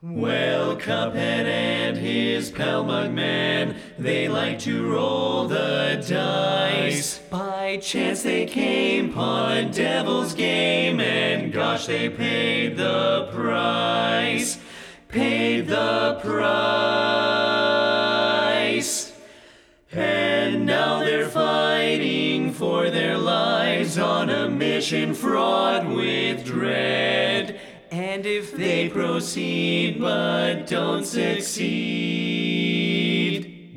Well, Cuphead and his pal Mugman, they like to roll the dice. By chance they came upon Devil's Game, and gosh, they paid the price. Paid the price. And now they're fighting for their lives on a mission fraught with dread. And if they proceed but don't succeed,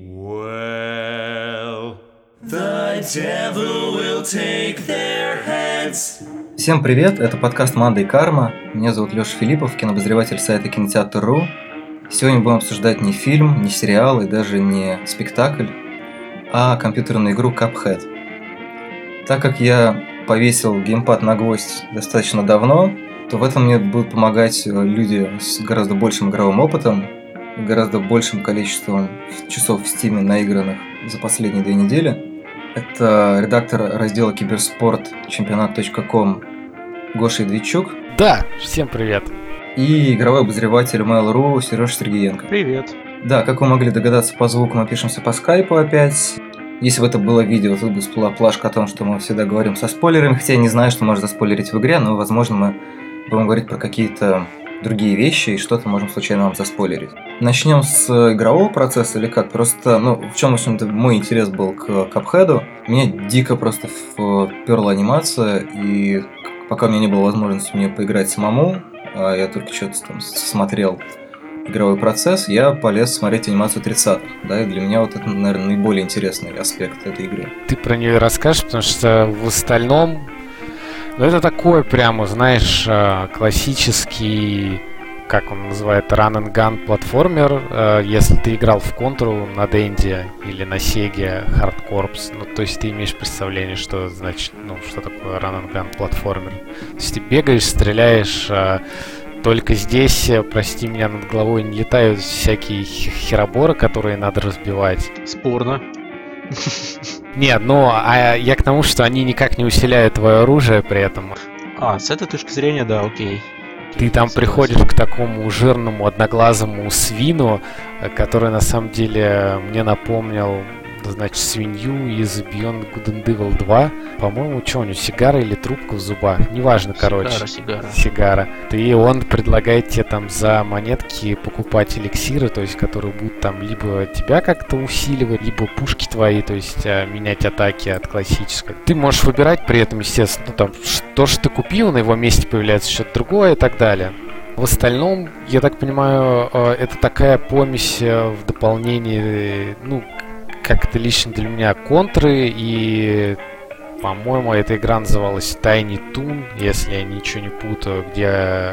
well, the devil will take their heads. Всем привет, это подкаст «Манда и Карма». Меня зовут Лёша Филиппов, кинообозреватель сайта Кинотеатр.ру. Сегодня будем обсуждать не фильм, не сериал и даже не спектакль, а компьютерную игру Cuphead. Так как я повесил геймпад на гвоздь достаточно давно, то в этом мне будут помогать люди с гораздо большим игровым опытом, гораздо большим количеством часов в Steam наигранных за последние 2 недели. Это редактор раздела Киберспорт Чемпионат.ком Гоша Идвичук. Да, всем привет. И игровой обозреватель Mail.ru Сережа Сергеенко. Привет. Да, как вы могли догадаться по звуку, мы пишемся по скайпу опять. Если бы это было видео, тут бы всплыла плашка о том, что мы всегда говорим со спойлерами, хотя я не знаю, что можно заспойлерить в игре, но, возможно, мы будем говорить про какие-то другие вещи и что-то можем случайно вам заспойлерить. Начнем с игрового процесса или как? Просто, в чем, в общем-то, мой интерес был к Cuphead. Меня дико просто вперла анимация, и пока у меня не было возможности мне поиграть самому, а я только что-то там смотрел игровой процесс, я полез смотреть анимацию 30-х. Да, и для меня вот это, наверное, наиболее интересный аспект этой игры. Ты про нее расскажешь, потому что в остальном... это такой прямо, знаешь, классический, как он называет, run and gun платформер. Если ты играл в Контру на Денде или на Сеге Hard Corps, то есть ты имеешь представление, что значит, что такое run and gun платформер. То есть ты бегаешь, стреляешь, только здесь, прости меня, над головой не летают всякие хероборы, которые надо разбивать. Спорно. Нет, я к тому, что они никак не усиляют твое оружие при этом. С этой точки зрения, да, окей. Ты там приходишь к такому жирному одноглазому свину, который на самом деле мне напомнил, свинью из Beyond Good and Evil 2. По-моему, что у него, сигара или трубка в зубах? Неважно, Сигара. И он предлагает тебе там за монетки покупать эликсиры, то есть которые будут там либо тебя как-то усиливать, либо пушки твои, то есть менять атаки от классической. Ты можешь выбирать при этом, естественно, что же ты купил, на его месте появляется что-то другое и так далее. В остальном, я так понимаю, это такая помесь в дополнении, как-то лично для меня контры, и, по-моему, эта игра называлась Tiny Toon, если я ничего не путаю, где,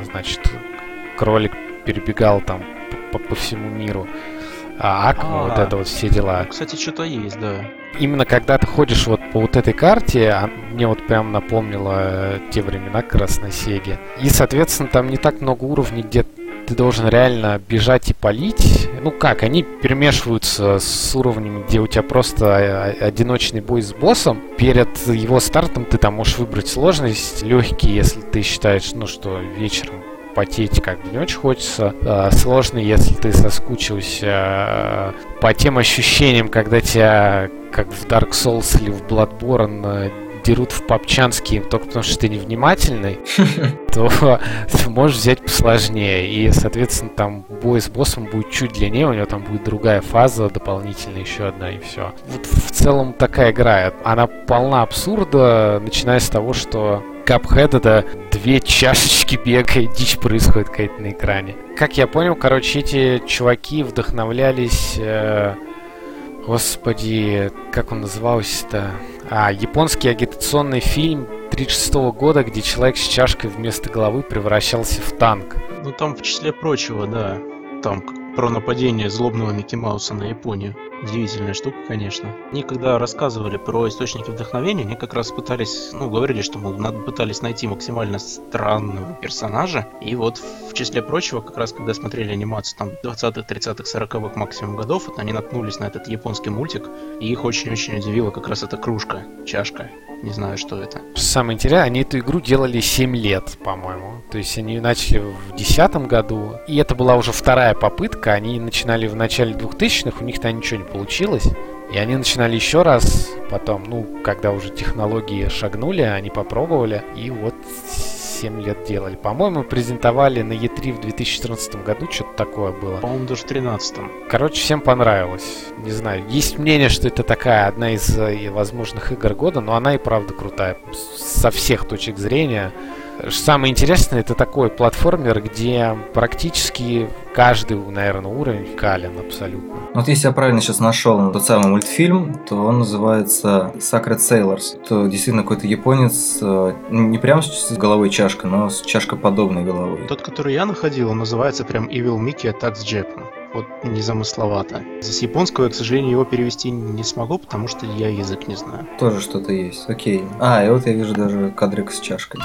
кролик перебегал там по всему миру, Акма, это все дела. Кстати, что-то есть, да. Именно когда ты ходишь по этой карте, мне прям напомнило те времена как раз на Сеге. И, соответственно, там не так много уровней, где ты должен реально бежать и палить. Они перемешиваются с уровнями, где у тебя просто одиночный бой с боссом. Перед его стартом ты там можешь выбрать сложность, легкий, если ты считаешь, что вечером потеть как бы не очень хочется. Сложный, если ты соскучился по тем ощущениям, когда тебя, как в Dark Souls или в Bloodborne, дерут в папчанские только потому, что ты невнимательный, то ты можешь взять посложнее. И, соответственно, там бой с боссом будет чуть длиннее, у него там будет другая фаза, дополнительная еще одна, и все. В целом такая игра. Она полна абсурда, начиная с того, что Cuphead — это 2 чашечки бегает, дичь происходит какая-то на экране. Как я понял, эти чуваки вдохновлялись... Господи, как он назывался-то? Японский агитационный фильм 1936 года, где человек с чашкой вместо головы превращался в танк. Там в числе прочего, да. Там про нападение злобного Микки Мауса на Японию. Удивительная штука, конечно. Они когда рассказывали про источники вдохновения, они как раз пытались, говорили, что, пытались найти максимально странного персонажа. И в числе прочего, как раз когда смотрели анимацию там 20-х, 30-х, 40-х максимум годов, они наткнулись на этот японский мультик, и их очень-очень удивила как раз эта кружка, чашка. не знаю, что это. Самое интересное, они эту игру делали 7 лет, по-моему. То есть они начали в 2010 году, и это была уже вторая попытка. Они начинали в начале 2000-х, у них там ничего не получилось. И они начинали еще раз, потом, когда уже технологии шагнули, они попробовали, и вот 7 лет делали. По-моему, презентовали на E3 в 2014 году, что-то такое было. По-моему, даже в 2013. Короче, всем понравилось. Не знаю, есть мнение, что это такая одна из возможных игр года, но она и правда крутая. Со всех точек зрения. Самое интересное, это такой платформер, где практически каждый, наверное, уровень вкален абсолютно. Вот если я правильно сейчас нашел тот самый мультфильм, то он называется Sacred Sailors. Это действительно какой-то японец, не прям с головой чашка, но с чашкоподобной головой. Тот, который я находил, он называется прям Evil Mickey Attacks Japan. Вот незамысловато. С японского я, к сожалению, его перевести не смогу, потому что я язык не знаю. Тоже что-то есть, окей. И вот я вижу даже кадрик с чашкой.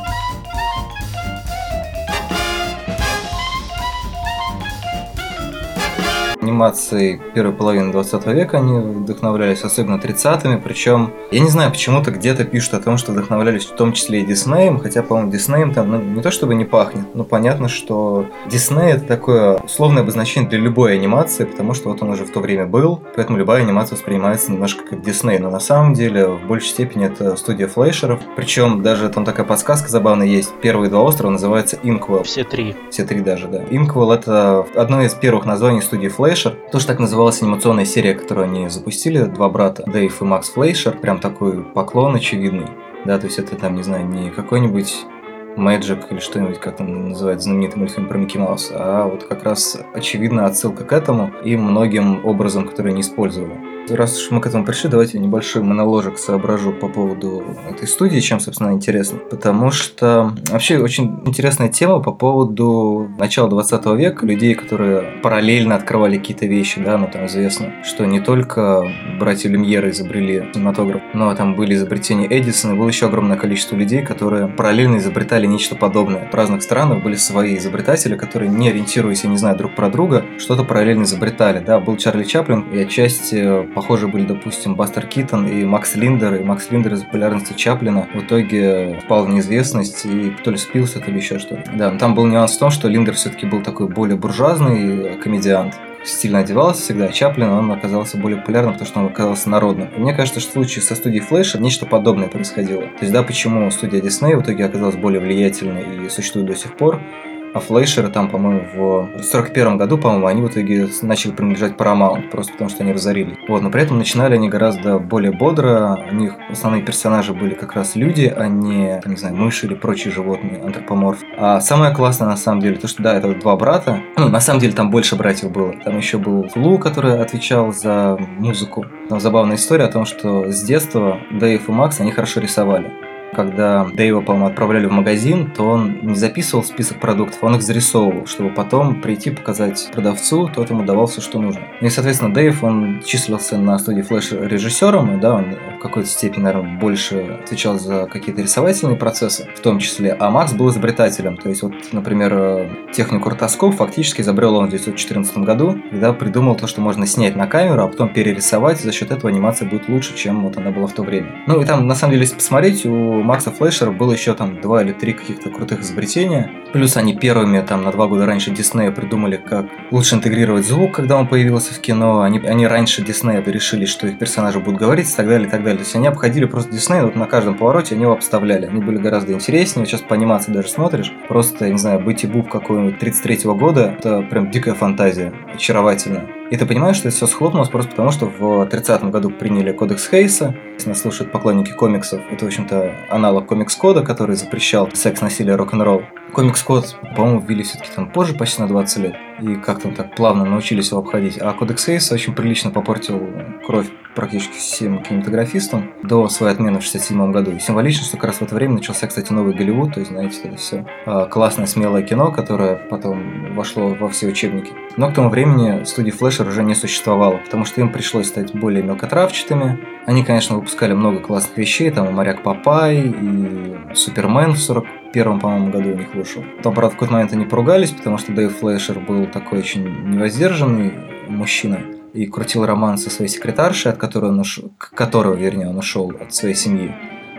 Анимацией первой половины 20 века они вдохновлялись, особенно 30-ми, причем я не знаю, почему-то где-то пишут о том, что вдохновлялись в том числе и Диснеем, хотя, по-моему, Диснеем там, не то чтобы не пахнет, но понятно, что Дисней — это такое условное обозначение для любой анимации, потому что вот он уже в то время был, поэтому любая анимация воспринимается немножко как Дисней, но на самом деле в большей степени это студия флейшеров, причем даже там такая подсказка забавная есть, первые два острова называются Inkwell. Все три даже, да. Inkwell — это одно из первых названий студии Fleischer. Тоже так называлась анимационная серия, которую они запустили, два брата, Дэйв и Макс Флейшер. Прям такой поклон очевидный. Да, то есть это там, не знаю, не какой-нибудь Magic или что-нибудь, как там называется знаменитый мультфильм про Микки Мауса, а вот как раз очевидная отсылка к этому и многим образом, которые они использовали. Раз уж мы к этому пришли, давайте небольшой моноложек соображу по поводу этой студии, чем, собственно, интересно. Потому что вообще очень интересная тема по поводу начала 20 века, людей, которые параллельно открывали какие-то вещи, да, там известно, что не только братья Люмьеры изобрели кинематограф, но там были изобретения Эдисона, и было еще огромное количество людей, которые параллельно изобретали нечто подобное. В разных странах были свои изобретатели, которые, не ориентируясь, я не знаю, друг про друга, что-то параллельно изобретали. Да, был Чарли Чаплин, и отчасти похожи были, допустим, Бастер Китон и Макс Линдер. И Макс Линдер из-за популярности Чаплина в итоге впал в неизвестность и то ли спился, то ли еще что-то. Да, но там был нюанс в том, что Линдер все-таки был такой более буржуазный комедиант. Стильно одевался всегда, а Чаплин, он оказался более популярным, потому что он оказался народным. И мне кажется, что в случае со студией Fleischer нечто подобное происходило. То есть, да, почему студия Disney в итоге оказалась более влиятельной и существует до сих пор, а Флейшеры там, по-моему, в 41 году, по-моему, они в итоге начали принадлежать Paramount, просто потому что они разорились. Вот, но при этом начинали они гораздо более бодро, у них основные персонажи были как раз люди, а не знаю, мыши или прочие животные, антропоморф. А самое классное, на самом деле, то, что, да, это два брата, на самом деле там больше братьев было. Там еще был Лу, который отвечал за музыку. Там забавная история о том, что с детства Дэйв и Макс, они хорошо рисовали. Когда Дэйва, по-моему, отправляли в магазин, то он не записывал список продуктов, он их зарисовывал, чтобы потом прийти показать продавцу, тот ему давал все, что нужно. Ну и, соответственно, Дэйв, он числился на студии Fleischer режиссером, и да, он в какой-то степени, наверное, больше отвечал за какие-то рисовательные процессы, в том числе, а Макс был изобретателем. То есть, вот, например, технику ротоскоп фактически изобрел он в 1914 году, когда придумал то, что можно снять на камеру, а потом перерисовать, за счет этого анимация будет лучше, чем вот она была в то время. Ну и там, на самом деле, если посмотреть, у Макса Флейшера было еще там 2 или 3 каких-то крутых изобретения. Плюс они первыми там на 2 года раньше Диснея придумали, как лучше интегрировать звук, когда он появился в кино. Они раньше Диснея решили, что их персонажи будут говорить и так далее, и так далее. То есть они обходили просто Диснея, вот на каждом повороте они его обставляли. Они были гораздо интереснее. Сейчас по анимации даже смотришь. Просто, я не знаю, Бетти Буп какого-нибудь 33-го года, это прям дикая фантазия, очаровательная. И ты понимаешь, что это все схлопнулось просто потому, что в 30-м году приняли кодекс Хейса. Если нас слушают поклонники комиксов, это, в общем-то, аналог комикс-кода, который запрещал секс, насилие, рок-н-ролл. Комикс-код, по-моему, ввели все-таки там позже, почти на 20 лет. И как-то так плавно научились его обходить. А кодекс Хейса очень прилично попортил кровь практически всем кинематографистам до своей отмены в 67 году. И символично, что как раз в это время начался, кстати, новый Голливуд. То есть, знаете, это все классное, смелое кино, которое потом вошло во все учебники. Но к тому времени студии Fleischer уже не существовало, потому что им пришлось стать более мелкотравчатыми. Они, конечно, выпускали много классных вещей, там и «Моряк Папай», и «Супермен» в 41-м, по-моему, году у них вышел. Там, правда, в какой-то момент они поругались, потому что Дэйв Флейшер был такой очень невоздержанный мужчина и крутил роман со своей секретаршей, к которой он ушел от своей семьи.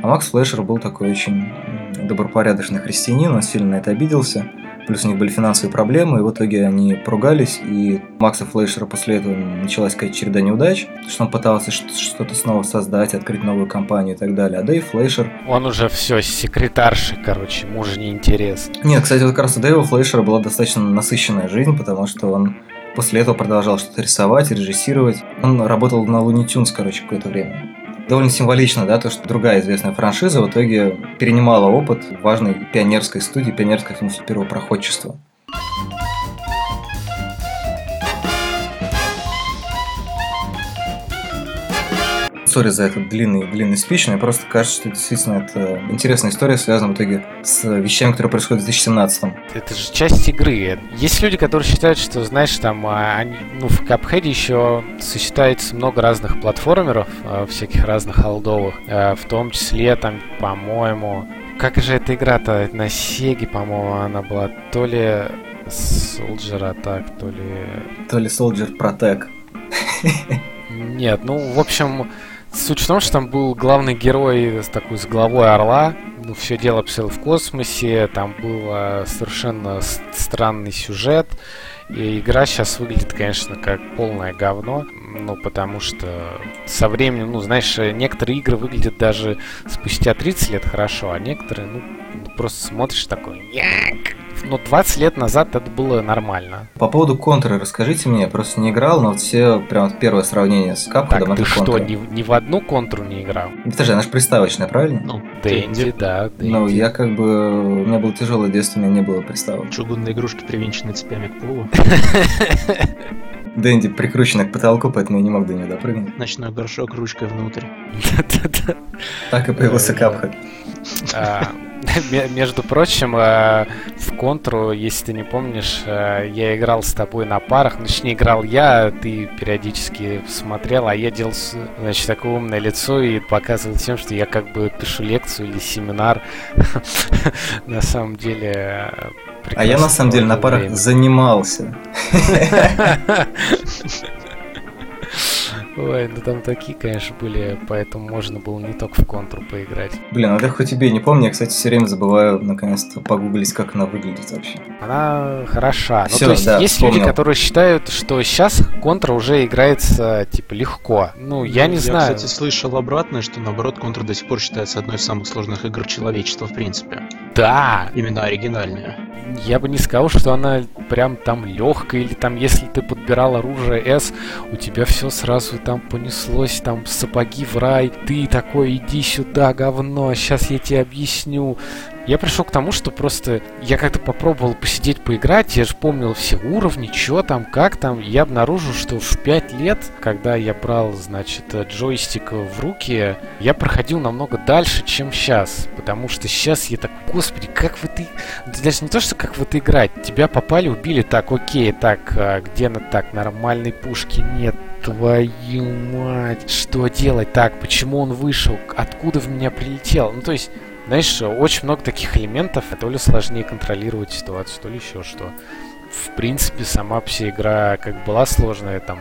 А Макс Флешер был такой очень добропорядочный христианин, он сильно на это обиделся. Плюс у них были финансовые проблемы, и в итоге они поругались, и у Макса Флейшера после этого началась какая-то череда неудач, что он пытался что-то снова создать, открыть новую компанию и так далее. А Дэйв Флейшер... Он уже все, секретарши, короче, ему уже не интересно. Нет, кстати, вот как раз у Дэйва Флейшера была достаточно насыщенная жизнь, потому что он после этого продолжал что-то рисовать, режиссировать. Он работал на Looney Tunes, короче, какое-то время. Довольно символично, да, то, что другая известная франшиза в итоге перенимала опыт важной пионерской студии, пионерского первопроходчества. Сори за этот длинный спич, мне просто кажется, что действительно это интересная история, связана в итоге с вещами, которые происходят в 2017-м. Это же часть игры. Есть люди, которые считают, что, знаешь, там, в Cuphead еще сочетается много разных платформеров, всяких разных олдовых, в том числе, там, по-моему, как же эта игра-то на Сеге, по-моему, она была то ли Soldier Attack, то ли Soldier Protect. Нет, в общем, суть в том, что там был главный герой с головой орла. Все дело обстояло в космосе. Там был совершенно странный сюжет. И игра сейчас выглядит, конечно, как полное говно. Потому что со временем, знаешь, некоторые игры выглядят даже спустя 30 лет хорошо, а некоторые, просто смотришь такой... 20 лет назад это было нормально. По поводу контры расскажите мне, я просто не играл, но все прям первое сравнение с Cuphead. Так, ты что, ни в одну контру не играл? Подожди, она же приставочная, правильно? Дэнди, да. Дэнди. Я у меня было тяжелое детство, у меня не было приставок. Чугунные игрушки, привинченные цепями к полу. Дэнди прикручена к потолку, поэтому я не мог до нее допрыгнуть. Ночной горшок ручкой внутрь. Да-да-да. Так и появился Cuphead. Между прочим, в контру, если ты не помнишь, я играл с тобой на парах. Точнее, играл я, ты периодически смотрел, а я делал, значит, такое умное лицо и показывал тем, что я как бы пишу лекцию или семинар. На самом деле... А я на самом деле на парах занимался. Ой, там такие, конечно, были, поэтому можно было не только в контру поиграть. Блин, я хоть тебе не помню, я, кстати, все время забываю наконец-то погуглить, как она выглядит вообще. Она хороша. Всё, то есть да, есть вспомнил. люди, которые считают, что сейчас контра уже играется, легко. Я не знаю. Я, кстати, слышал обратное, что, наоборот, контра до сих пор считается одной из самых сложных игр человечества, в принципе. Да! Именно оригинальная. Я бы не сказал, что она прям там легкая, или там, если ты подбирал оружие S, у тебя все сразу там понеслось, там сапоги в рай, ты такой, иди сюда, говно, сейчас я тебе объясню. Я пришел к тому, что просто я как-то попробовал посидеть, поиграть, я же помнил все уровни, что там, как там, и я обнаружил, что в 5 лет, когда я брал, значит, джойстик в руки, я проходил намного дальше, чем сейчас, потому что сейчас я такой, господи, как в это... Даже не то, что как в это играть, тебя попали, убили, так, окей, так, где на так, нормальной пушки нет, твою мать, что делать, так, почему он вышел, откуда в меня прилетел, то есть... Знаешь, очень много таких элементов, то ли сложнее контролировать ситуацию, то ли еще что. В принципе, сама вся игра как была сложная там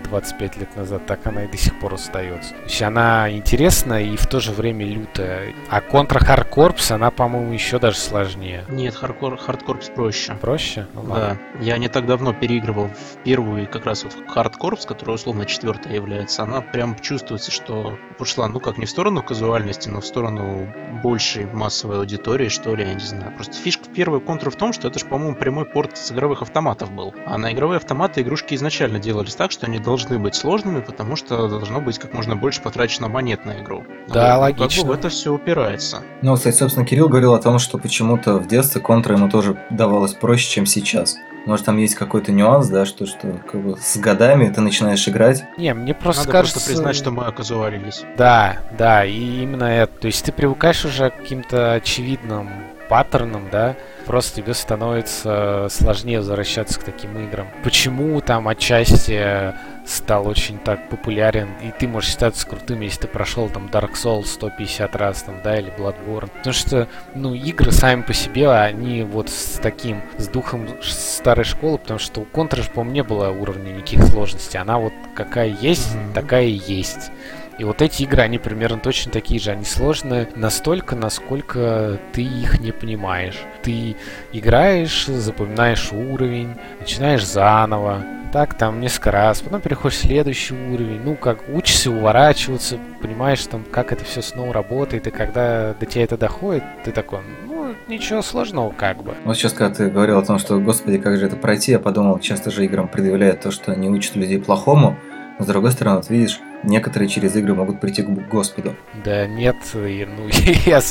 25 лет назад, так она и до сих пор остается. То есть она интересная и в то же время лютая. А Contra Hard Corps, она, по-моему, еще даже сложнее. Нет, Hard Corps проще. Проще? Да. Я не так давно переигрывал в первую, как раз вот в Hard Corps, которая условно четвертая является. Она прям чувствуется, что пошла, как не в сторону казуальности, но в сторону большей массовой аудитории, что ли, я не знаю. Просто фишка в первую контру в том, что это же, по-моему, прямой порт с игровых автоматов был. А на игровые автоматы игрушки изначально делались так, что они должны быть сложными, потому что должно быть как можно больше потрачено монет на игру. Да, логично. логично. Как бы в это все упирается. Кстати, собственно, Кирилл говорил о том, что почему-то в детстве контра ему тоже давалось проще, чем сейчас. Может, там есть какой-то нюанс, да, что как бы с годами ты начинаешь играть. Не, мне просто Надо кажется... просто признать, что мы оказуалились. Да, и именно это. То есть ты привыкаешь уже к каким-то очевидным паттерном, да, просто тебе становится сложнее возвращаться к таким играм. Почему там отчасти стал очень так популярен, и ты можешь считаться крутым, если ты прошел там Dark Souls 150 раз, там, да, или Bloodborne. Потому что, игры сами по себе, они вот с духом старой школы, потому что у Contra же, по-моему, не было уровня никаких сложностей. Она вот какая есть, такая и есть. И вот эти игры, они примерно точно такие же. Они сложные настолько, насколько ты их не понимаешь. Ты играешь, запоминаешь уровень, начинаешь заново. Так, там несколько раз, потом переходишь в следующий уровень, ну, как учишься уворачиваться, понимаешь, там, как это все снова работает, и когда до тебя это доходит, ты такой, ну, ничего сложного, как бы. Вот сейчас, когда ты говорил о том, что, господи, как же это пройти, я подумал, часто же играм предъявляют то, что они учат людей плохому, но, с другой стороны, вот видишь, некоторые через игры могут прийти к Господу. Да нет, я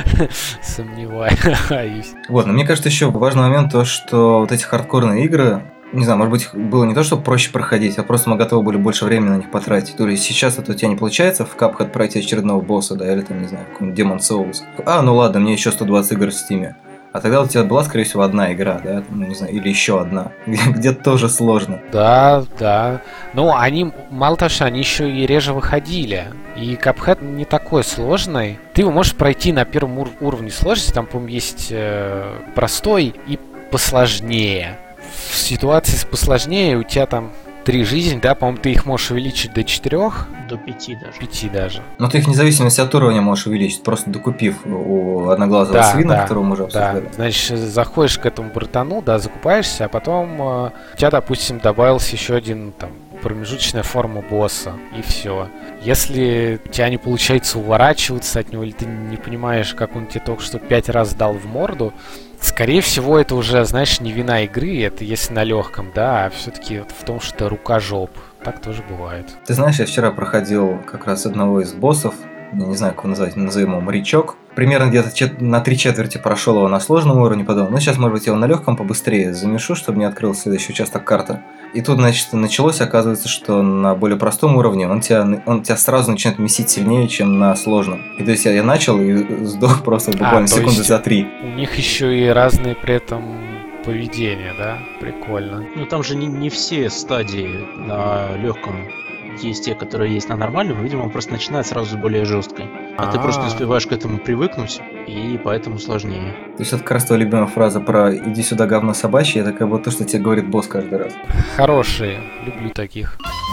сомневаюсь. Вот, но мне кажется, еще важный момент то, что вот эти хардкорные игры, не знаю, может быть, было не то, чтобы проще проходить, а просто мы готовы были больше времени на них потратить. То есть сейчас это у тебя не получается в Cuphead пройти очередного босса, да, или там, не знаю, какой-нибудь Demon Souls. Ну ладно, мне еще 120 игр в Steam. А тогда у тебя была, скорее всего, одна игра, да, ну, не знаю, или еще одна, где тоже сложно. Да. Ну, они, мало того, что они еще и реже выходили. И Cuphead не такой сложный. Ты его можешь пройти на первом уровне сложности, там, по-моему, есть простой и посложнее. В ситуации с посложнее у тебя там 3 жизни, да, по-моему, ты их можешь увеличить до 4. До 5 даже. 5 даже. Но ты их вне зависимости от уровня можешь увеличить, просто докупив у одноглазого свина, которого мы уже обсуждали. Да. Значит, заходишь к этому братану, да, закупаешься, а потом у тебя, допустим, добавился еще один там промежуточная форма босса, и все. Если у тебя не получается уворачиваться от него, или ты не понимаешь, как он тебе только что 5 раз дал в морду, скорее всего, это уже, знаешь, не вина игры, это если на легком, да, а все-таки в том, что рука-жоп. Так тоже бывает. Ты знаешь, я вчера проходил как раз одного из боссов, я не знаю, как его назвать, назовем его морячок. Примерно где-то на 3/4 прошел его на сложном уровне, подумал, ну сейчас, может быть, я его на легком побыстрее замешу, чтобы не открыл следующий участок карты. И тут, значит, началось, оказывается, что на более простом уровне он тебя сразу начинает месить сильнее, чем на сложном. И то есть я начал и сдох просто буквально секунды за 3. У них еще и разные при этом поведения, да? Прикольно. Ну там же не все стадии на легком. Есть те, которые есть на нормальном, видимо, он просто начинает сразу с более жесткой. А ты просто не успеваешь к этому привыкнуть, и поэтому сложнее. То есть это как раз твоя любимая фраза про «иди сюда, говно собачье», это как будто то, что тебе говорит босс каждый раз. Хорошие, люблю таких.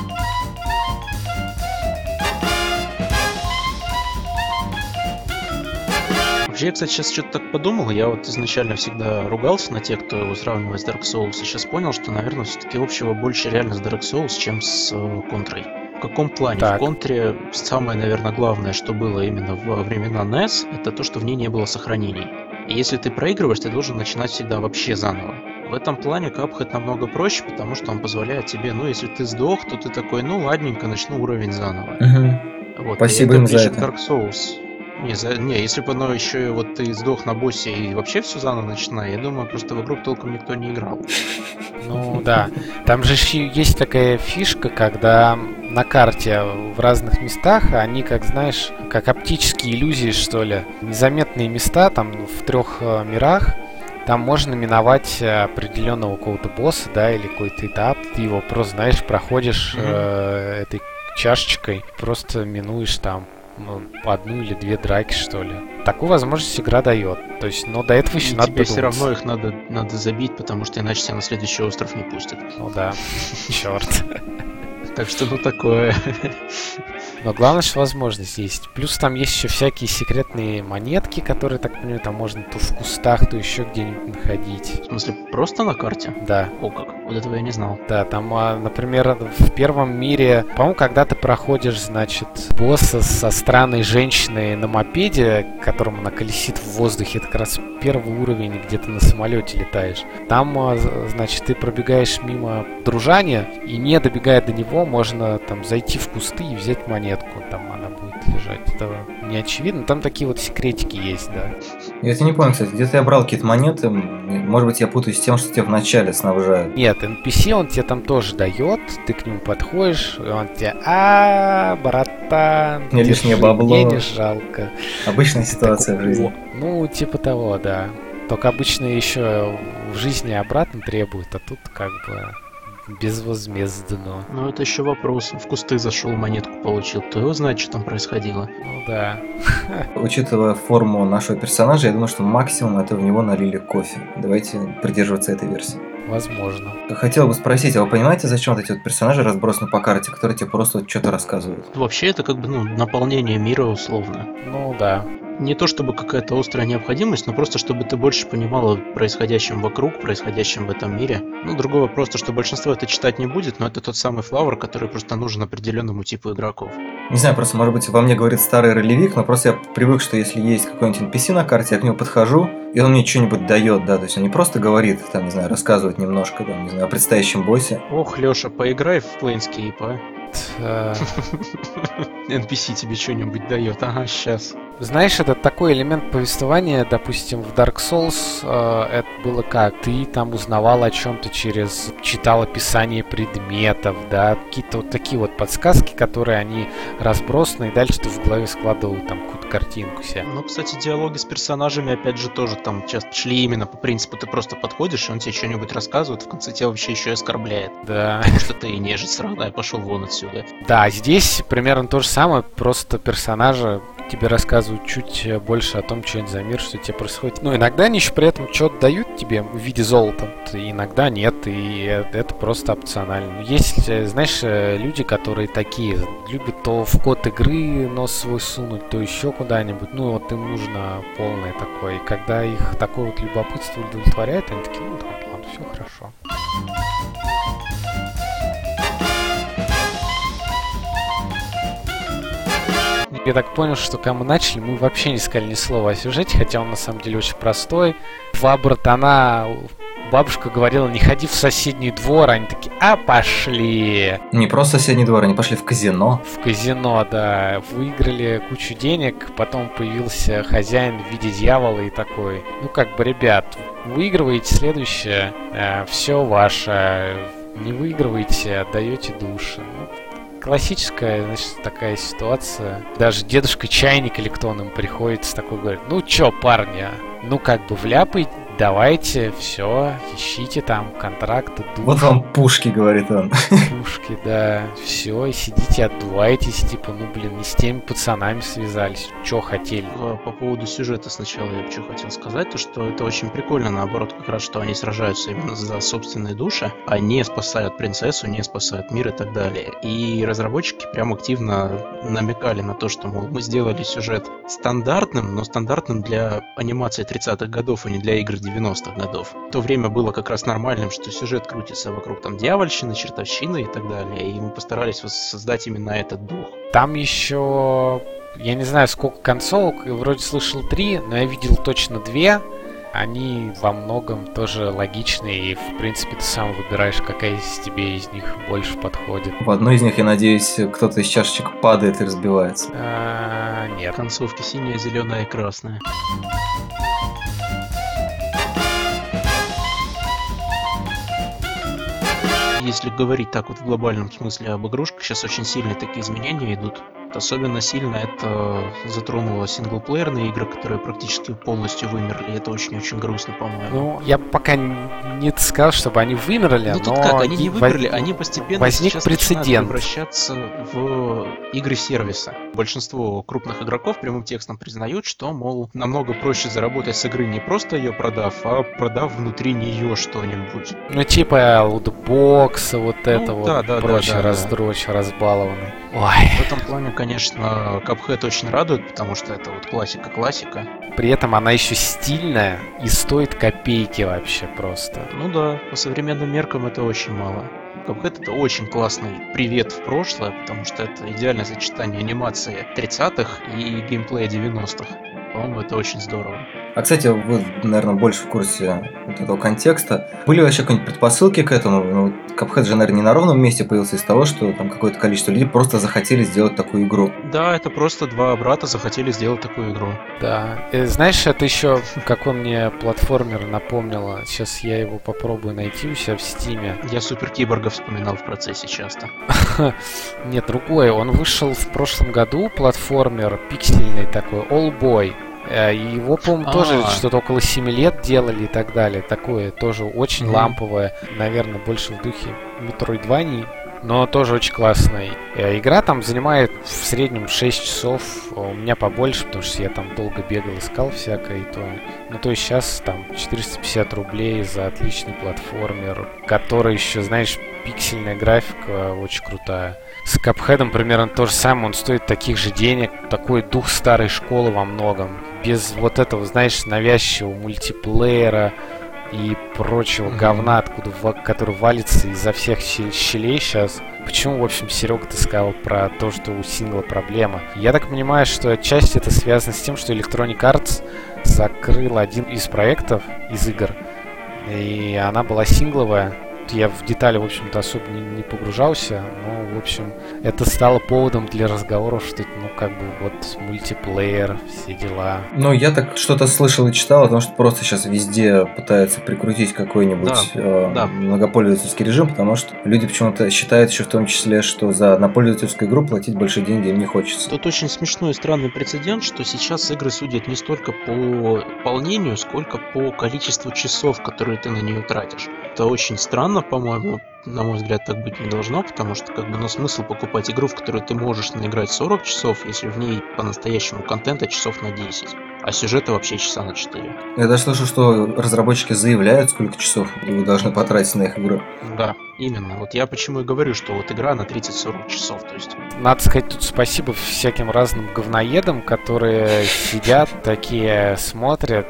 Вообще, я, кстати, сейчас что-то так подумал, я вот изначально всегда ругался на тех, кто его сравнивает с Dark Souls, и сейчас понял, что, наверное, все-таки общего больше реально с Dark Souls, чем с Контрой. В каком плане? Так. В Контре самое, наверное, главное, что было именно во времена NES, это то, что в ней не было сохранений. И если ты проигрываешь, ты должен начинать всегда вообще заново. В этом плане Cuphead намного проще, потому что он позволяет тебе, ну, если ты сдох, то ты такой, ну, ладненько, начну уровень заново. Вот, Спасибо им за это. Dark Souls. Не, если бы оно еще и вот ты сдох на боссе и вообще все заново начинай, я думаю, просто в игру толком никто не играл. Ну да, там же есть такая фишка, когда на карте в разных местах они, как знаешь, как оптические иллюзии, что ли, незаметные места там в 3 мирах. Там можно миновать определенного какого-то босса, да, или какой-то этап. Ты его просто, знаешь, проходишь этой чашечкой, просто минуешь там одну или 2 драки, что ли. Такую возможность игра дает. То есть, но до этого еще надо тебе все равно их надо забить, потому что иначе тебя на следующий остров не пустят. Ну да, черт. Так что, ну, такое. Но главное, что возможность есть. Плюс там есть еще всякие секретные монетки, которые, так понимаю, там можно то в кустах, то еще где-нибудь находить. В смысле, просто на карте? Да. О как, вот этого я не знал. Да, там, например, в первом мире, по-моему, когда ты проходишь, значит, босса со странной женщиной на мопеде, которым она колесит в воздухе, это как раз первый уровень, где ты на самолете летаешь. Там, значит, ты пробегаешь мимо дружания, и не добегая до него, можно там зайти в кусты и взять монетку. Там она будет лежать. Это не очевидно. Там такие вот секретики есть, да. Я это не помню, кстати. Где-то я брал какие-то монеты. Может быть, я путаюсь с тем, что тебе вначале снабжают. Нет, NPC он тебе там тоже дает. Ты к нему подходишь, и он тебе: братан, мне лишнее бабло. Мне не жалко. Обычная ситуация такой, в жизни. Ну, типа того, да. Только обычно еще в жизни обратно требуют, а тут как бы безвозмездно. Ну, это еще вопрос. В кусты зашел, монетку получил. Кто его знает, что там происходило? Ну да. Учитывая форму нашего персонажа, я думаю, что максимум это в него налили кофе. Давайте придерживаться этой версии. возможно. Хотел бы спросить, а вы понимаете, зачем вот эти вот персонажи разбросаны по карте, которые тебе просто вот что-то рассказывают? Вообще это как бы, наполнение мира условно. Ну да. Не то чтобы какая-то острая необходимость, но просто чтобы ты больше понимала происходящем вокруг, происходящем в этом мире. Ну, другой вопрос, то, что большинство это читать не будет, но это тот самый флавор, который просто нужен определенному типу игроков. Не знаю, просто, может быть, во мне говорит старый ролевик, но просто я привык, что если есть какой-нибудь NPC на карте, я к нему подхожу, и он мне что-нибудь дает, да, то есть он не просто говорит, там, не знаю, рассказывает немножко, там, не знаю, о предстоящем боссе. Ох, Лёша, поиграй в Planescape, а? NPC тебе что-нибудь дает, ага, сейчас. Знаешь, это такой элемент повествования, допустим, в Dark Souls это было как? Ты там узнавал о чем-то читал описание предметов, да, какие-то вот такие вот подсказки, которые они разбросаны, и дальше ты в голове складывал там какую-то картинку себе. Ну, кстати, диалоги с персонажами, опять же, тоже там часто шли именно по принципу, ты просто подходишь, и он тебе что-нибудь рассказывает, в конце тебя вообще еще и оскорбляет. Да. Потому что ты нежить сраная, пошел вон отсюда. Да, здесь примерно то же самое, просто персонажи тебе рассказывают чуть больше о том, что это за мир, что тебе происходит. Ну, иногда они еще при этом что-то дают тебе в виде золота, иногда нет, и это просто опционально. Есть, знаешь, люди, которые такие, любят то в код игры нос свой сунуть, то еще куда-нибудь, ну, вот им нужно полное такое. И когда их такое вот любопытство удовлетворяет, они такие, ну, ладно, все хорошо. Я так понял, что когда мы начали, мы вообще не сказали ни слова о сюжете, хотя он на самом деле очень простой. Два братана, бабушка говорила, не ходи в соседний двор, они такие, а пошли. Не просто соседний двор, они пошли в казино. В казино, да, выиграли кучу денег, потом появился хозяин в виде дьявола и такой, ну как бы, ребят, выигрываете следующее, все ваше, не выигрываете, отдаете души. Классическая, значит, такая ситуация. Даже дедушка Чайник или кто он им приходит, такой говорит, ну чё, парни, ну как бы вляпайте, давайте, все, ищите там контракты, души. Вот вам пушки, говорит он. Пушки, да, все, и сидите, отдувайтесь, типа, ну блин, не с теми пацанами связались, чё хотели. По поводу сюжета сначала я что хотел сказать, то что это очень прикольно, наоборот, как раз, что они сражаются именно за собственные души, а не спасают принцессу, не спасают мир и так далее. И разработчики прям активно намекали на то, что, мол, мы сделали сюжет стандартным, но стандартным для анимации 30-х годов, а не для игр 90-х годов. В то время было как раз нормальным, что сюжет крутится вокруг там дьявольщины, чертовщины и так далее, и мы постарались воссоздать именно этот дух. Там еще, я не знаю, сколько концовок, вроде слышал 3, но я видел точно 2. Они во многом тоже логичные, и в принципе ты сам выбираешь, какая из тебе из них больше подходит. В одной из них, я надеюсь, кто-то из чашечек падает и разбивается. Нет. Концовки синяя, зеленая и красная. Если говорить так вот в глобальном смысле об игрушках, сейчас очень сильные такие изменения идут. Особенно сильно это затронуло синглплеерные игры, которые практически полностью вымерли. Это очень-очень грустно, по-моему. Ну, я пока не сказал, чтобы они вымерли, ну, тут но... как, они не вымерли, они постепенно возник сейчас прецедент. начинают превращаться в игры сервиса. Большинство крупных игроков прямым текстом признают, что, мол, намного проще заработать с игры не просто ее продав, а продав внутри нее что-нибудь. Ну, типа лутбокса, вот это Ну, вот, да, прочее, да. раздрочь, разбалованный. Ой. В этом плане, конечно, Cuphead очень радует, потому что это вот классика-классика. При этом она еще стильная и стоит копейки вообще просто. Ну да, по современным меркам это очень мало. Cuphead — это очень классный привет в прошлое, потому что это идеальное сочетание анимации 30-х и геймплея 90-х. По-моему, это очень здорово. А, кстати, вы, наверное, больше в курсе вот этого контекста. Были вообще какие-нибудь предпосылки к этому? Ну, Cuphead же, наверное, не на ровном месте появился из того, что там какое-то количество людей просто захотели сделать такую игру. Да, это просто два брата захотели сделать такую игру. Да. Знаешь, это еще, как он мне платформер напомнило. Сейчас я его попробую найти у себя в Стиме. Я Супер Киборга вспоминал в процессе часто. Нет, другой. Он вышел в прошлом году, платформер пиксельный такой, All Boy. И его, по-моему, тоже что-то около 7 лет делали и так далее. Такое тоже очень ламповое, наверное, больше в духе Metroidvania. но тоже очень классная. Игра там занимает в среднем 6 часов, у меня побольше, потому что я там долго бегал, искал всякое. То есть сейчас там 450 рублей за отличный платформер, который еще, знаешь, пиксельная графика очень крутая. С Cuphead'ом примерно то же самое, он стоит таких же денег, такой дух старой школы во многом. Без вот этого, знаешь, навязчивого мультиплеера и прочего говна, который валится изо всех щелей сейчас. Почему, в общем, Серега, ты сказал про то, что у сингла проблема? Я так понимаю, что отчасти это связано с тем, что Electronic Arts закрыл один из проектов, из игр, и она была сингловая. Я в детали, в общем-то, особо не погружался, но, в общем, это стало поводом для разговоров, что это, мультиплеер, все дела. Я так что-то слышал и читал о том, что просто сейчас везде пытаются прикрутить какой-нибудь многопользовательский режим, потому что люди почему-то считают еще в том числе, что за однопользовательскую игру платить больше денег им не хочется. Тут очень смешной и странный прецедент, что сейчас игры судят не столько по выполнению, сколько по количеству часов, которые ты на нее тратишь. Это очень странно, по-моему, на мой взгляд, так быть не должно, потому что смысл покупать игру, в которую ты можешь наиграть 40 часов, если в ней по-настоящему контента часов на 10, а сюжета вообще часа на 4. Я даже слышал, что разработчики заявляют, сколько часов вы должны потратить на их игру. Да, именно. Вот я почему и говорю, что вот игра на 30-40 часов, то есть... Надо сказать тут спасибо всяким разным говноедам, которые сидят, такие смотрят...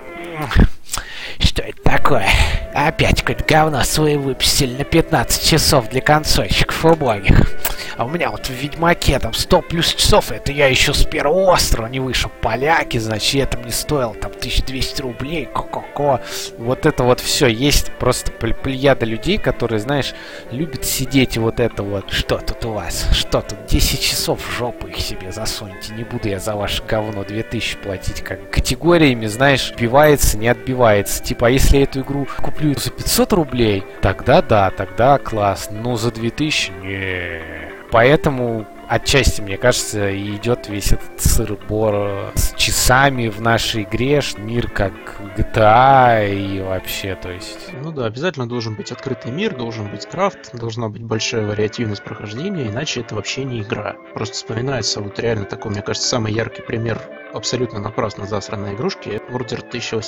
Что это такое? Опять какое-то говно свое выпустили на 15 часов для консольщиков убогих. А у меня вот в Ведьмаке там 100 плюс часов, это я еще с первого острова не вышел. Поляки, значит, это мне стоило там 1200 рублей, ко-ко-ко. Вот это вот все. Есть просто плеяда людей, которые, знаешь, любят сидеть и вот это вот. Что тут у вас? Что тут? 10 часов в жопу их себе засуньте. Не буду я за ваше говно 2000 платить. Как категориями, знаешь, отбивается, не отбивается. Типа, а если я эту игру куплю за 500 рублей, тогда да, тогда класс. Но за 2000 не. Поэтому отчасти, мне кажется, и идет весь этот сыр-бор с часами в нашей игре, мир как GTA и вообще, то есть... Ну да, обязательно должен быть открытый мир, должен быть крафт, должна быть большая вариативность прохождения, иначе это вообще не игра. Просто вспоминается вот реально такой, мне кажется, самый яркий пример абсолютно напрасно засранной игрушки Order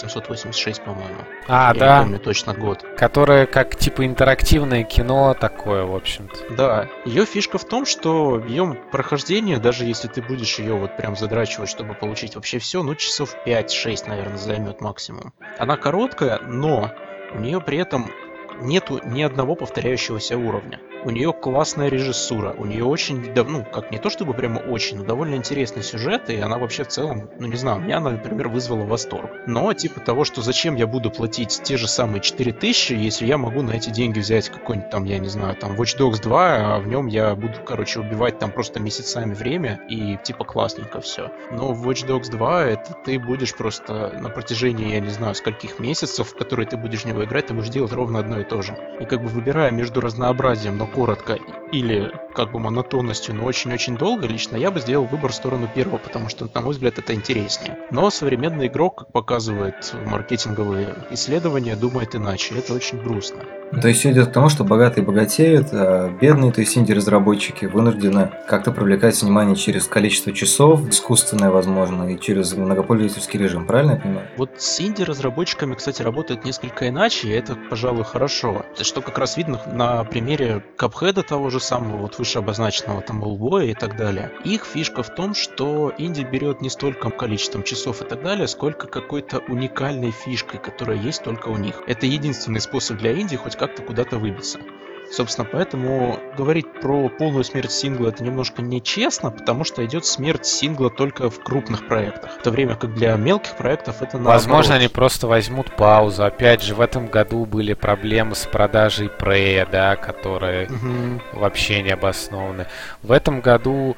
1886, по-моему. Я не помню точно год. Которая как типа интерактивное кино такое, в общем-то. Да. Ее фишка в том, что ее прохождение, даже если ты будешь ее вот прям задрачивать, чтобы получить вообще все, часов 5-6, наверное, займет максимум. Она короткая, но у нее при этом нету ни одного повторяющегося уровня. У нее классная режиссура, у нее очень, как не то чтобы прямо очень, но довольно интересный сюжет, и она вообще в целом, не знаю, меня она, например, вызвала восторг. Но типа того, что зачем я буду платить те же самые 4000, если я могу на эти деньги взять какой-нибудь там, я не знаю, там Watch Dogs 2, а в нем я буду, убивать там просто месяцами время, и типа классненько все. Но в Watch Dogs 2 это ты будешь просто на протяжении, я не знаю, скольких месяцев, в которые ты будешь в него играть, ты будешь делать ровно одно и то же. И выбирая между разнообразием, но коротко, или монотонностью, но очень-очень долго, лично я бы сделал выбор в сторону первого, потому что, на мой взгляд, это интереснее. Но современный игрок, как показывает маркетинговые исследования, думает иначе. Это очень грустно. То есть все идет к тому, что богатые богатеют, а бедные, то есть инди-разработчики, вынуждены как-то привлекать внимание через количество часов, искусственное, возможно, и через многопользовательский режим, правильно я понимаю? Вот с инди-разработчиками, кстати, работает несколько иначе, и это, пожалуй, хорошо. Что как раз видно на примере Cuphead'а того же самого, вот выше обозначенного там Олбоя и так далее. Их фишка в том, что инди берет не столько количеством часов и так далее, сколько какой-то уникальной фишкой, которая есть только у них. Это единственный способ для инди хоть как-то куда-то выбиться. Собственно, поэтому говорить про полную смерть сингла это немножко нечестно, потому что идет смерть сингла только в крупных проектах. В то время как для мелких проектов это наоборот. Возможно, они просто возьмут паузу. Опять же, в этом году были проблемы с продажей Prey, да, которые вообще не обоснованы. В этом году,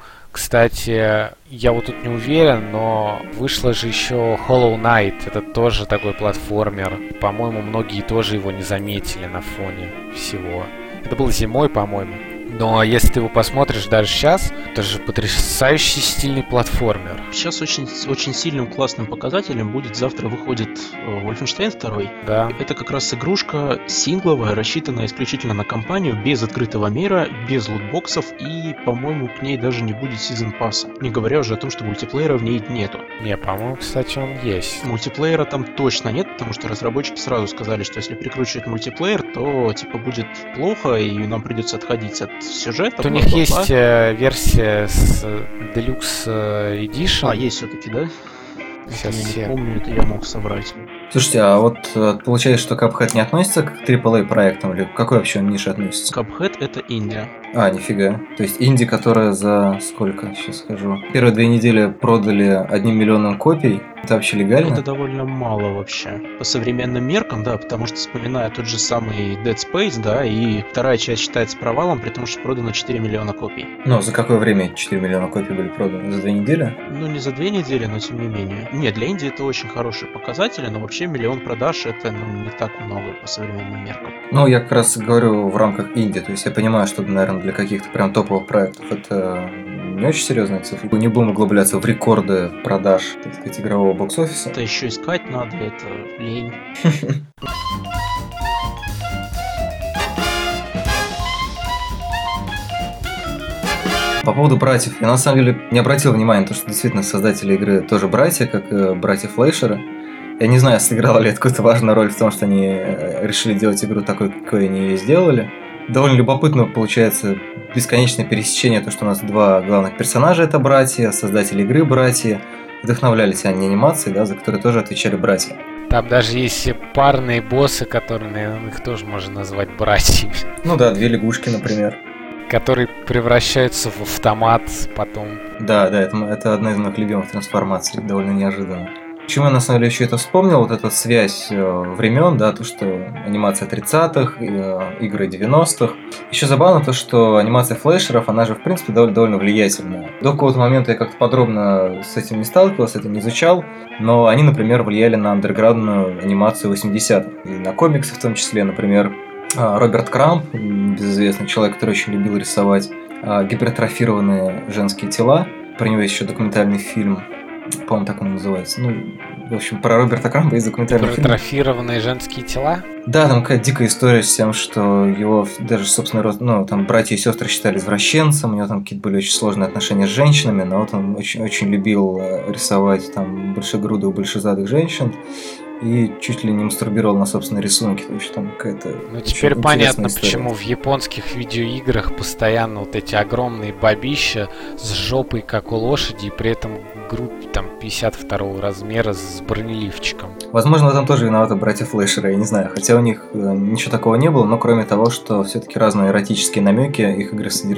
кстати, я вот тут не уверен, но вышло же еще Hollow Knight. Это тоже такой платформер. По-моему, многие тоже его не заметили на фоне всего. Это было зимой, по-моему. Но если ты его посмотришь даже сейчас, это же потрясающий стильный платформер. Сейчас очень сильным классным показателем будет завтра выходит Wolfenstein 2. Да. Это как раз игрушка сингловая, рассчитанная исключительно на кампанию, без открытого мира, без лутбоксов и, по-моему, к ней даже не будет сезон пасса. Не говоря уже о том, что мультиплеера в ней нету. Не, по-моему, кстати, он есть. Мультиплеера там точно нет, потому что разработчики сразу сказали, что если прикручивать мультиплеер, то типа будет плохо и нам придется отходить от сюжета. У них есть версия с Deluxe Edition. Есть все-таки, да? Сейчас я не помню, это я мог соврать. Слушайте, а вот получается, что Cuphead не относится к AAA проектам, или к какой вообще он нише относится? Cuphead — это Индия. Нифига. То есть инди, которая за сколько, сейчас скажу, первые 2 недели продали 1 миллионом копий, это вообще легально? Это довольно мало вообще. По современным меркам, да, потому что, вспоминая тот же самый Dead Space, да, и вторая часть считается провалом, при том, что продано 4 миллиона копий. Ну, за какое время 4 миллиона копий были проданы? За 2 недели? Ну, не за 2 недели, но тем не менее. Нет, для Индии это очень хорошие показатели, но вообще 1 миллион продаж — это не так много по современным меркам. Ну, я как раз говорю в рамках инди, то есть я понимаю, что, наверное, для каких-то прям топовых проектов это не очень серьезная цифра. Не будем углубляться в рекорды продаж, так сказать, игрового бокс-офиса. Это еще искать надо, это лень. По поводу братьев, я на самом деле не обратил внимания на то, что действительно создатели игры тоже братья, как и братья Флейшеры. Я не знаю, сыграла ли это какую-то важную роль в том, что они решили делать игру такой, какой они ее сделали. Довольно любопытно получается бесконечное пересечение, то, что у нас 2 главных персонажа — это братья, создатели игры — братья. Вдохновлялись они анимацией, да, за которые тоже отвечали братья. Там даже есть парные боссы, которые, наверное, их тоже можно назвать братьями. Ну да, 2 лягушки, например. Которые превращаются в автомат потом. Да, это одна из моих любимых трансформаций, довольно неожиданно. Почему я на самом деле еще это вспомнил, вот эта связь времен, да, то, что анимация 30-х, игры 90-х. Еще забавно то, что анимация флешеров, она же, в принципе, довольно влиятельная. До какого-то момента я как-то подробно с этим не сталкивался, это не изучал, но они, например, влияли на андерграундную анимацию 80-х. И на комиксы в том числе, например, Роберт Крамп, безызвестный человек, который очень любил рисовать гипертрофированные женские тела. Про него есть еще документальный фильм, по-моему, так он называется. Ну, в общем, про Роберта Крампа есть документальный фильм. Гипертрофированные женские тела? Да, там какая-то дикая история с тем, что его даже, собственно, там братья и сестры считали извращенцем, у него там какие-то были очень сложные отношения с женщинами, но вот он очень любил рисовать там большегрудых, большезадых женщин. И чуть ли не мастурбировал на собственные рисунки. То есть там какая-то. Ну теперь понятно, почему в японских видеоиграх постоянно вот эти огромные бабища с жопой, как у лошади, и при этом грудь там 52 размера с бронеливчиком. Возможно, в этом тоже виноваты братья Флешеры, я не знаю. Хотя у них ничего такого не было, но кроме того, что все-таки разные эротические намеки их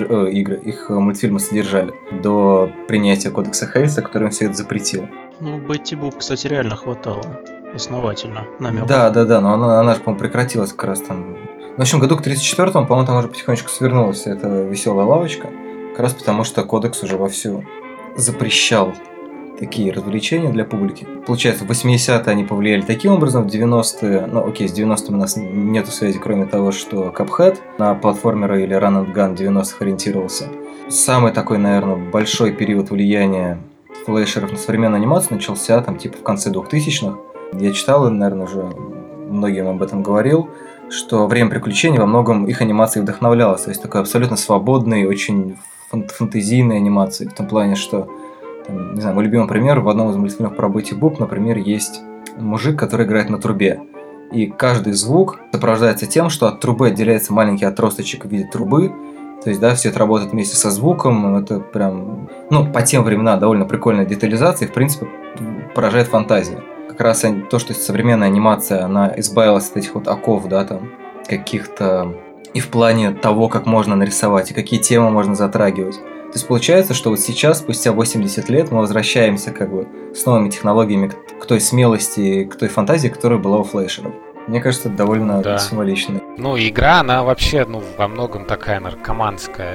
их мультфильмы содержали до принятия кодекса Хейса, который все это запретил. Ну, Бетти Буп, кстати, реально хватало. Основательно, намёк. Да, но она же, по-моему, прекратилась как раз там. В общем, году к 34-му, по-моему, там уже потихонечку свернулась эта веселая лавочка. Как раз потому, что кодекс уже вовсю запрещал такие развлечения для публики. Получается, в 80-е они повлияли таким образом, в 90-е... Ну, окей, с 90-ми у нас нету связи, кроме того, что Cuphead на платформеры или Run and Gun 90-х ориентировался. Самый такой, наверное, большой период влияния флешеров на современную анимацию начался там типа в конце 2000-х. Я читал, и, наверное, уже многим об этом говорил, что «Время приключений» во многом их анимацией вдохновлялось. То есть такой абсолютно свободной, очень фантазийной анимации. В том плане, что, там, не знаю, мой любимый пример, в одном из мультфильмов про Бетти Буп, например, есть мужик, который играет на трубе. И каждый звук сопровождается тем, что от трубы отделяется маленький отросточек в виде трубы. То есть, да, все это работает вместе со звуком. Это прям, ну, по тем временам довольно прикольная детализация. И, в принципе, поражает фантазию. Как раз то, что современная анимация, она избавилась от этих вот оков, да, там, каких-то... И в плане того, как можно нарисовать, и какие темы можно затрагивать. То есть получается, что вот сейчас, спустя 80 лет, мы возвращаемся как бы с новыми технологиями к той смелости, к той фантазии, которая была у флешеров. Мне кажется, это довольно символично. Ну, игра, она вообще, во многом такая наркоманская.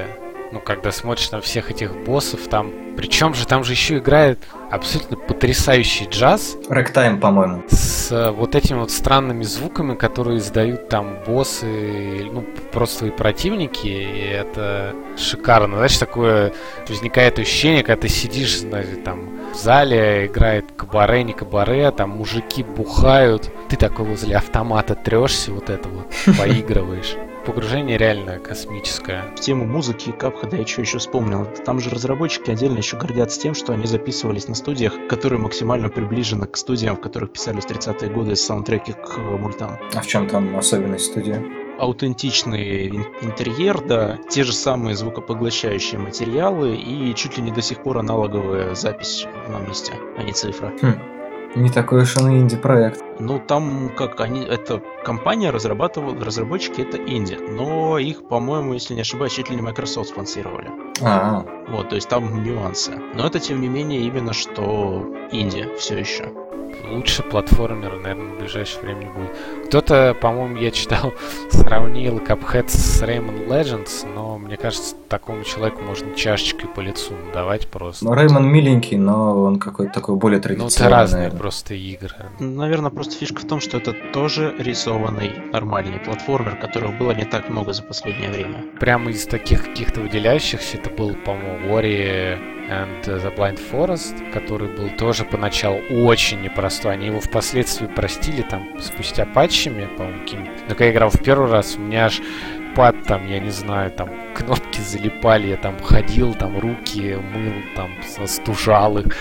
Ну, когда смотришь на всех этих боссов, там... Причем же там же еще играет абсолютно потрясающий джаз. Рэктайм, по-моему. С вот этими вот странными звуками, которые издают там боссы, ну, просто и противники. И это шикарно. Знаешь, такое возникает ощущение, когда ты сидишь, знаешь, там в зале, играет кабаре, не кабаре, там мужики бухают. Ты такой возле автомата трешься, вот это вот, поигрываешь. Погружение реально космическое. В тему музыки Cuphead я еще вспомнил. Там же разработчики отдельно еще гордятся тем, что они записывались на студиях, которые максимально приближены к студиям, в которых писались 30-е годы саундтреки к мультам. А в чем там особенность студии? Аутентичный интерьер, да, те же самые звукопоглощающие материалы и чуть ли не до сих пор аналоговая запись в одном месте, а не цифра. Не такой уж он и инди-проект. Ну, там, как они, эта компания разрабатывала, разработчики это инди, но их, по-моему, если не ошибаюсь, чуть ли не Microsoft спонсировали. Вот, то есть там нюансы. Но это, тем не менее, именно что инди все еще. Лучше платформер, наверное, в ближайшее время не будет. Кто-то, по-моему, я читал, сравнил Cuphead с Rayman Legends, но мне кажется, такому человеку можно чашечкой по лицу давать просто. Ну, Rayman миленький, но он какой-то такой более традиционный. Ну, это разные наверное. Просто игры. Наверное, просто фишка в том, что это тоже рисованный нормальный платформер, которых было не так много за последнее время. Прямо из таких каких-то выделяющихся это был, по-моему, Ori and the Blind Forest, который был тоже поначалу очень непростой. Они его впоследствии простили там спустя патчами, по-моему, какими-то. Но когда я играл в первый раз, у меня аж пад там, я не знаю, там кнопки залипали, я там ходил, там руки мыл, там стужал их.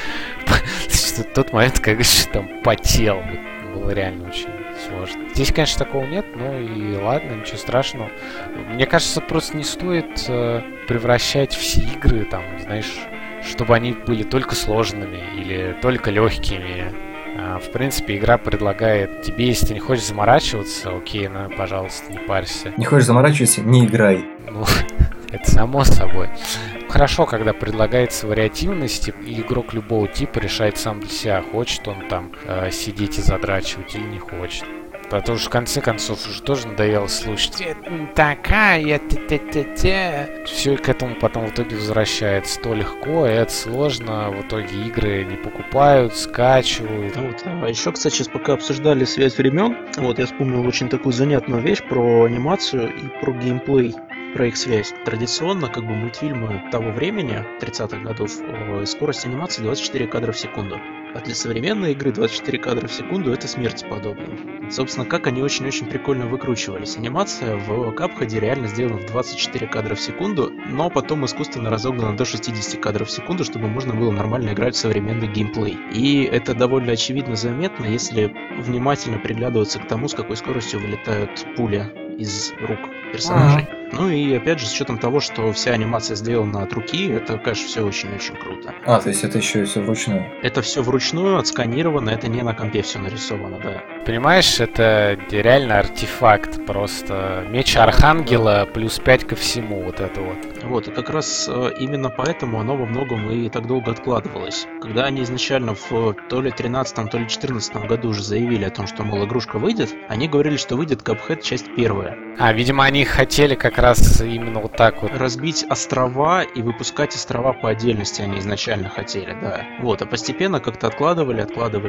В тот момент, когда там потел, было реально очень сложно. Здесь, конечно, такого нет, но и ладно, ничего страшного. Мне кажется, просто не стоит превращать все игры, там, знаешь, чтобы они были только сложными или только легкими. В принципе, игра предлагает тебе, если ты не хочешь заморачиваться, окей, ну, пожалуйста, не парься. Не хочешь заморачиваться, не играй. Ну, это само собой. Хорошо, когда предлагается вариативность, и игрок любого типа решает сам для себя, хочет он там сидеть и задрачивать или не хочет. Потому что в конце концов уже тоже надоело слушать. Это не такая, все к этому потом в итоге возвращается. То легко, это сложно. В итоге игры не покупают, скачивают. Вот. А еще, кстати, сейчас пока обсуждали связь времен, вот я вспомнил очень такую занятную вещь про анимацию и про геймплей. Про их связь. Традиционно, как бы мультфильмы того времени, 30-х годов, скорость анимации 24 кадра в секунду. А для современной игры 24 кадра в секунду это смерти подобно. Собственно, как они очень-очень прикольно выкручивались. Анимация в Cuphead реально сделана в 24 кадра в секунду, но потом искусственно разогнана до 60 кадров в секунду, чтобы можно было нормально играть в современный геймплей. И это довольно очевидно заметно, если внимательно приглядываться к тому, с какой скоростью вылетают пули из рук персонажей. Ну и опять же, с учетом того, что вся анимация сделана от руки, это, конечно, все очень-очень круто. То есть это еще и все вручную? Это все вручную, отсканировано, это не на компе все нарисовано, да. Понимаешь, это реально артефакт, просто меч Архангела плюс 5 ко всему, вот это вот. Вот, и как раз именно поэтому оно во многом и так долго откладывалось. Когда они изначально в то ли 13-м, то ли 14-м году уже заявили о том, что, мол, игрушка выйдет, они говорили, что выйдет Cuphead часть первая. Видимо, они хотели как раз именно вот так вот. Разбить острова и выпускать острова по отдельности они изначально хотели, да. Вот, а постепенно как-то откладывали.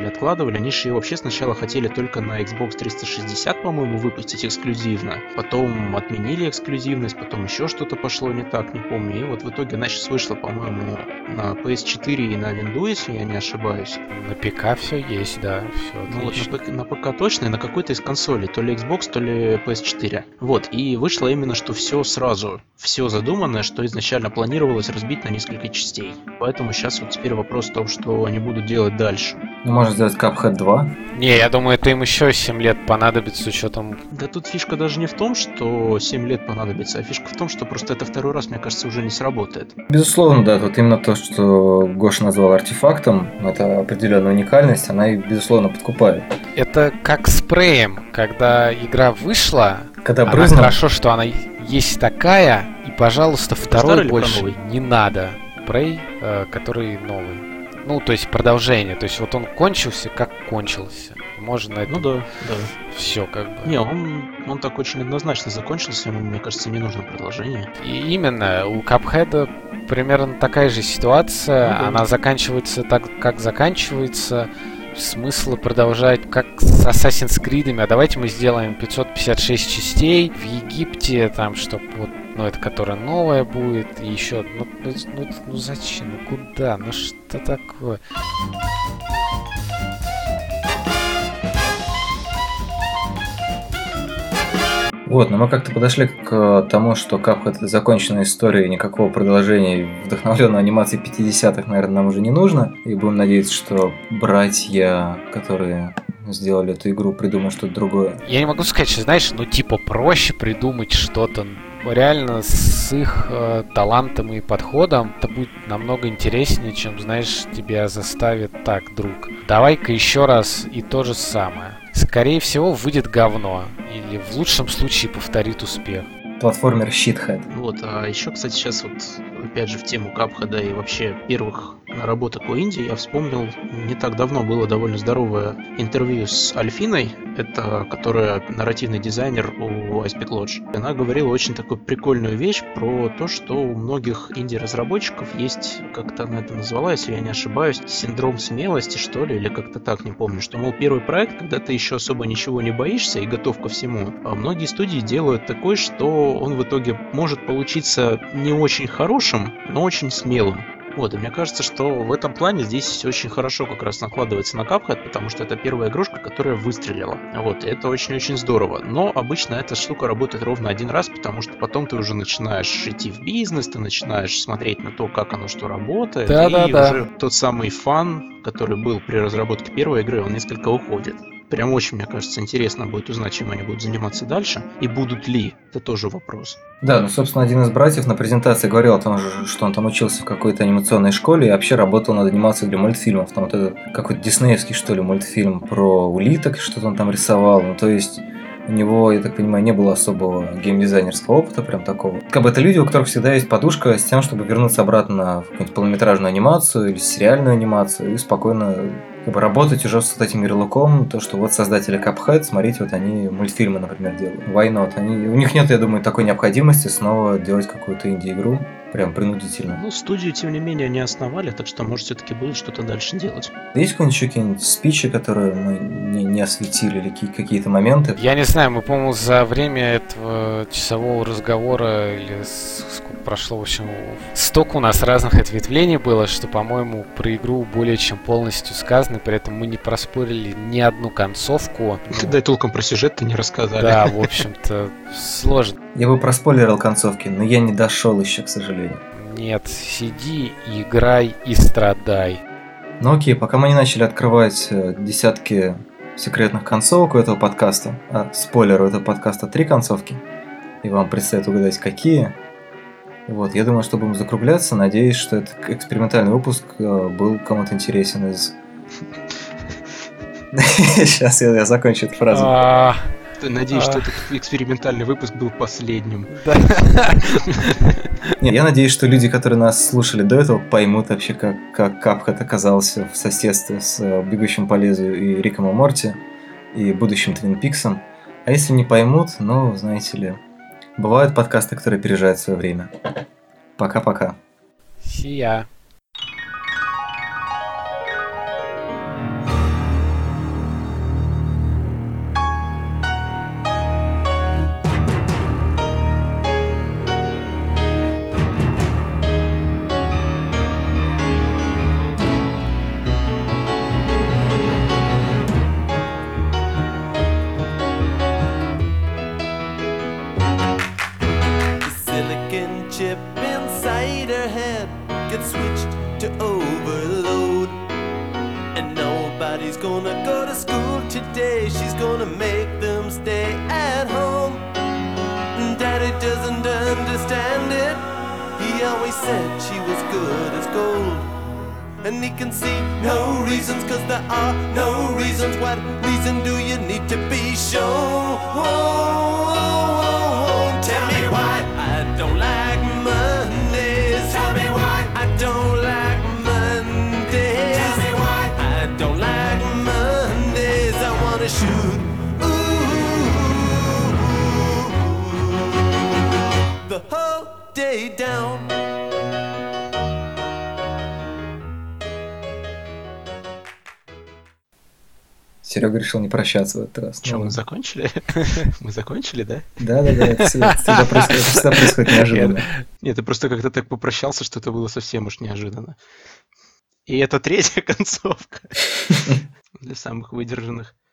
Они же вообще сначала хотели только на Xbox 360, по-моему, выпустить эксклюзивно. Потом отменили эксклюзивность, потом еще что-то пошло не так, не помню. И вот в итоге она сейчас вышла, по-моему, на PS4 и на Windows, если я не ошибаюсь. На ПК все есть, да, все отлично. Ну вот на ПК точно, и на какой-то из консолей, то ли Xbox, то ли PS4. Вот, и вышло именно, что все сразу, все задуманное, что изначально планировалось разбить на несколько частей. Поэтому сейчас вот теперь вопрос в том, что они будут делать дальше. Ну, можно сделать Cuphead 2. Не, я думаю, это им еще 7 лет понадобится с учетом... Да тут фишка даже не в том, что 7 лет понадобится, а фишка в том, что просто это второй раз, мне кажется, уже не сработает. Безусловно, да, тут именно то, что Гоша назвал артефактом, это определенная уникальность, она и, безусловно, подкупает. Это как с Prey'ем, когда игра вышла, Когда она брызнул... хорошо, что она есть такая, и, пожалуйста, второй больше не надо. Prey, который новый. Ну, то есть продолжение. То есть вот он кончился, как кончился. можно... Ну да. Все как бы. Не, он так очень однозначно закончился, ему, мне кажется, не нужно продолжение. И именно, у Cuphead примерно такая же ситуация, Ну да. она заканчивается так, как заканчивается, смысла продолжать как с Assassin's Creed, а давайте мы сделаем 556 частей в Египте, там, чтоб вот, ну, это которая новая будет, и еще, ну зачем, ну куда, ну что такое? Вот, но мы как-то подошли к тому, что Cuphead это законченная история, и никакого продолжения вдохновленной анимации 50-х, наверное, нам уже не нужно. И будем надеяться, что братья, которые сделали эту игру, придумают что-то другое. Я не могу сказать, что, знаешь, ну типа проще придумать что-то реально с их талантом и подходом. Это будет намного интереснее, чем, знаешь, тебя заставит так, друг. Давай-ка еще раз и то же самое. Скорее всего, выйдет говно. Или в лучшем случае повторит успех. Платформер Shithead. Вот, а еще, кстати, сейчас вот, опять же, в тему Cuphead и вообще первых наработок у инди, я вспомнил, не так давно было довольно здоровое интервью с Альфиной, это которая нарративный дизайнер у Aspect Lodge. Она говорила очень такую прикольную вещь про то, что у многих инди-разработчиков есть, как-то она это назвала, если я не ошибаюсь, синдром смелости, что ли, или как-то так, не помню, что, мол, первый проект, когда ты еще особо ничего не боишься и готов ко всему, а многие студии делают такой, что он в итоге может получиться не очень хорошим, но очень смелым. Вот, и мне кажется, что в этом плане здесь очень хорошо как раз накладывается на Cuphead, потому что это первая игрушка, которая выстрелила. Вот, и это очень-очень здорово. Но обычно эта штука работает ровно один раз, потому что потом ты уже начинаешь идти в бизнес, ты начинаешь смотреть на то, как оно что работает, и уже тот самый фан, который был при разработке первой игры, он несколько уходит. Прям очень, мне кажется, интересно будет узнать, чем они будут заниматься дальше, и будут ли. Это тоже вопрос. Да, ну, собственно, один из братьев на презентации говорил о том, что он там учился в какой-то анимационной школе и вообще работал над анимацией для мультфильмов. Там вот этот какой-то диснеевский, что ли, мультфильм про улиток, что-то он там рисовал. Ну, то есть у него, я так понимаю, не было особого геймдизайнерского опыта, прям такого. Как бы это люди, у которых всегда есть подушка с тем, чтобы вернуться обратно в какую-нибудь полнометражную анимацию или сериальную анимацию и спокойно как бы работать уже с вот этим ярлыком, то, что вот создатели Cuphead, смотрите, вот они мультфильмы, например, делают. Why not? У них нет, я думаю, такой необходимости снова делать какую-то инди-игру, прям принудительно. Ну, студию, тем не менее, не основали, так что, может, все-таки будут что-то дальше делать. Есть какие-нибудь спичи, которые мы не осветили, или какие-то моменты? Я не знаю, мы, по-моему, за время этого часового разговора, или сколько прошло, в общем, столько у нас разных ответвлений было, что, по-моему, про игру более чем полностью сказано, при этом мы не проспорили ни одну концовку. Да и толком про сюжет-то не рассказали. Да, в общем-то, сложно. Я бы проспойлерил концовки, но я не дошел еще, к сожалению. Нет, сиди, играй и страдай. Ну окей, пока мы не начали открывать десятки секретных концовок у этого подкаста, а спойлер, у этого подкаста 3 концовки, и вам предстоит угадать, какие. Вот, я думаю, что будем закругляться. Надеюсь, что этот экспериментальный выпуск был кому-то интересен из... Сейчас я закончу эту фразу. Надеюсь, что этот экспериментальный выпуск был последним. Нет, я надеюсь, что люди, которые нас слушали до этого, поймут вообще, как Cuphead оказался в соседстве с «Бегущим по лезвию» и Риком и Морти, и будущим Твин Пиксом. А если не поймут, ну, знаете ли, бывают подкасты, которые опережают свое время. Пока-пока. Сия. Chip inside her head gets switched to overload, and nobody's gonna go to school today. She's gonna make them stay at home. Daddy doesn't understand it. He always said she was good as gold, and he can see no reasons, 'cause there are no reasons. What reason do you need to be shown? Tell me why I don't like Mondays. Tell me why I don't like Mondays. Tell me why I don't like Mondays. I want lay down. Серега решил не прощаться в этот раз. Что, Ну, мы закончили? Мы закончили, да? Да-да-да, это всегда происходит неожиданно. Нет, ты просто как-то так попрощался, что это было совсем уж неожиданно. И это третья концовка для самых выдержанных.